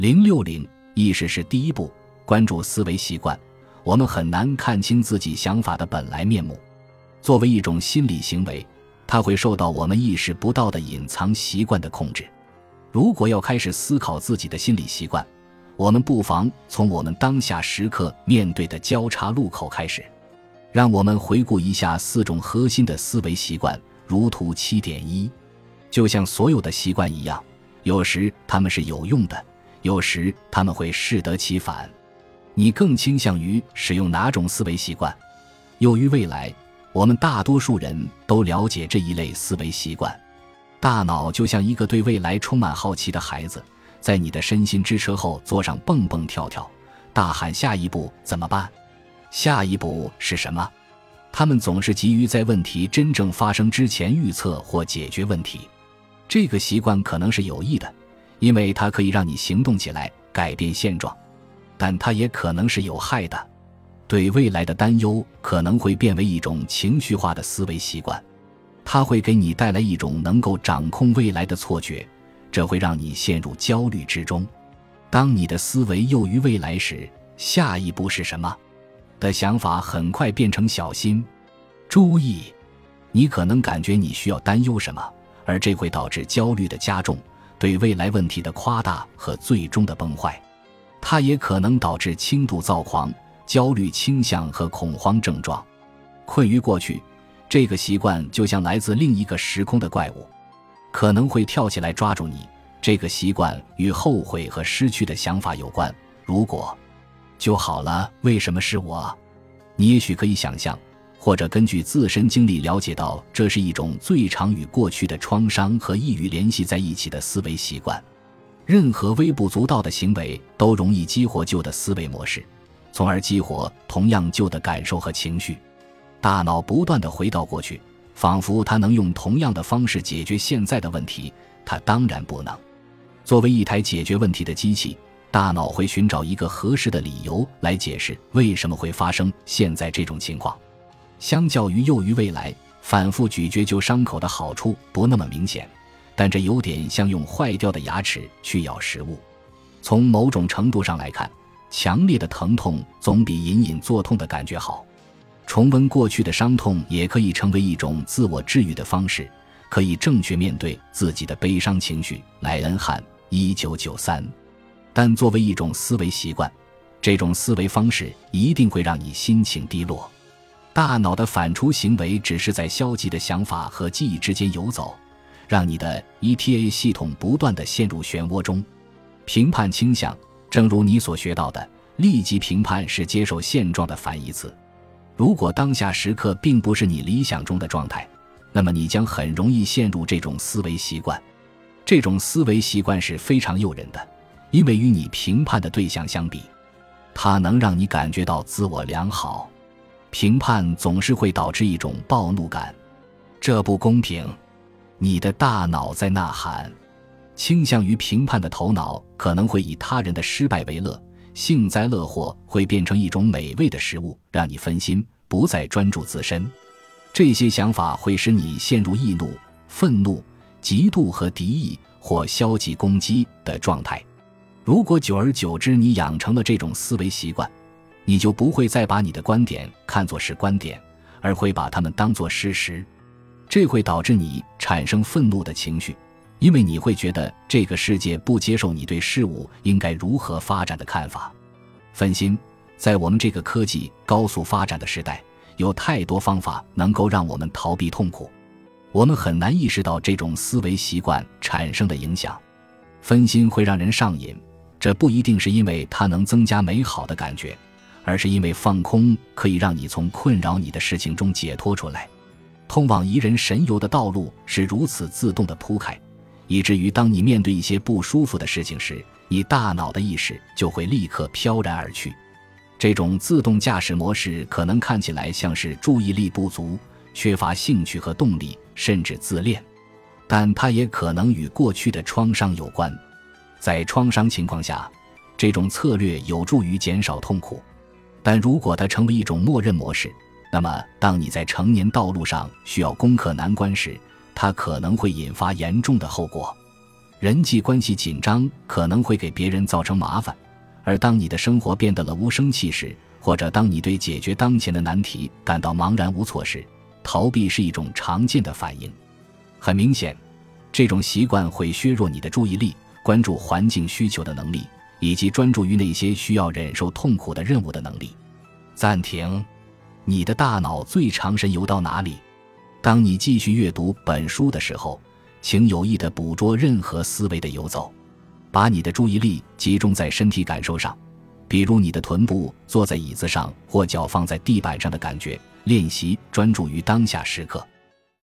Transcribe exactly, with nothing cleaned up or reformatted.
零六零意识是第一步，关注思维习惯，我们很难看清自己想法的本来面目。作为一种心理行为，它会受到我们意识不到的隐藏习惯的控制。如果要开始思考自己的心理习惯，我们不妨从我们当下时刻面对的交叉路口开始。让我们回顾一下四种核心的思维习惯，如图 七点一。 就像所有的习惯一样，有时它们是有用的，有时它们会适得其反。你更倾向于使用哪种思维习惯？由于未来，我们大多数人都了解这一类思维习惯。大脑就像一个对未来充满好奇的孩子，在你的身心之车后座上蹦蹦跳跳，大喊下一步怎么办？下一步是什么？他们总是急于在问题真正发生之前预测或解决问题。这个习惯可能是有益的，因为它可以让你行动起来，改变现状，但它也可能是有害的。对未来的担忧可能会变为一种情绪化的思维习惯，它会给你带来一种能够掌控未来的错觉，这会让你陷入焦虑之中。当你的思维囿于未来时，下一步是什么的想法很快变成小心。注意，你可能感觉你需要担忧什么，而这会导致焦虑的加重，对未来问题的夸大和最终的崩坏。它也可能导致轻度躁狂、焦虑倾向和恐慌症状。困于过去，这个习惯就像来自另一个时空的怪物，可能会跳起来抓住你。这个习惯与后悔和失去的想法有关。如果就好了，为什么是我？你也许可以想象，或者根据自身经历了解到，这是一种最常与过去的创伤和抑郁联系在一起的思维习惯。任何微不足道的行为都容易激活旧的思维模式，从而激活同样旧的感受和情绪。大脑不断地回到过去，仿佛它能用同样的方式解决现在的问题，它当然不能。作为一台解决问题的机器，大脑会寻找一个合适的理由来解释为什么会发生现在这种情况。相较于囿于未来，反复咀嚼旧伤口的好处不那么明显，但这有点像用坏掉的牙齿去咬食物。从某种程度上来看，强烈的疼痛总比隐隐作痛的感觉好。重温过去的伤痛也可以成为一种自我治愈的方式，可以正确面对自己的悲伤情绪。莱恩汉一九九三。但作为一种思维习惯，这种思维方式一定会让你心情低落。大脑的反刍行为只是在消极的想法和记忆之间游走，让你的 E T A 系统不断地陷入漩涡中。评判倾向，正如你所学到的，立即评判是接受现状的反义词。如果当下时刻并不是你理想中的状态，那么你将很容易陷入这种思维习惯。这种思维习惯是非常诱人的，因为与你评判的对象相比，它能让你感觉到自我良好。评判总是会导致一种暴怒感，这不公平。你的大脑在呐喊。倾向于评判的头脑可能会以他人的失败为乐，幸灾乐祸会变成一种美味的食物，让你分心，不再专注自身。这些想法会使你陷入易怒、愤怒、嫉妒和敌意或消极攻击的状态。如果久而久之你养成了这种思维习惯，你就不会再把你的观点看作是观点，而会把它们当作事实。这会导致你产生愤怒的情绪，因为你会觉得这个世界不接受你对事物应该如何发展的看法。分心，在我们这个科技高速发展的时代，有太多方法能够让我们逃避痛苦，我们很难意识到这种思维习惯产生的影响。分心会让人上瘾，这不一定是因为它能增加美好的感觉，而是因为放空可以让你从困扰你的事情中解脱出来。通往怡人神游的道路是如此自动地铺开，以至于当你面对一些不舒服的事情时，你大脑的意识就会立刻飘然而去。这种自动驾驶模式可能看起来像是注意力不足、缺乏兴趣和动力，甚至自恋，但它也可能与过去的创伤有关。在创伤情况下，这种策略有助于减少痛苦，但如果它成为一种默认模式，那么当你在成年道路上需要攻克难关时，它可能会引发严重的后果。 人际关系紧张可能会给别人造成麻烦，而当你的生活变得了无生气时，或者当你对解决当前的难题感到茫然无措时，逃避是一种常见的反应。很明显，这种习惯会削弱你的注意力、关注环境需求的能力，以及专注于那些需要忍受痛苦的任务的能力。暂停，你的大脑最长神游到哪里？当你继续阅读本书的时候，请有意地捕捉任何思维的游走，把你的注意力集中在身体感受上，比如你的臀部坐在椅子上或脚放在地板上的感觉，练习专注于当下时刻。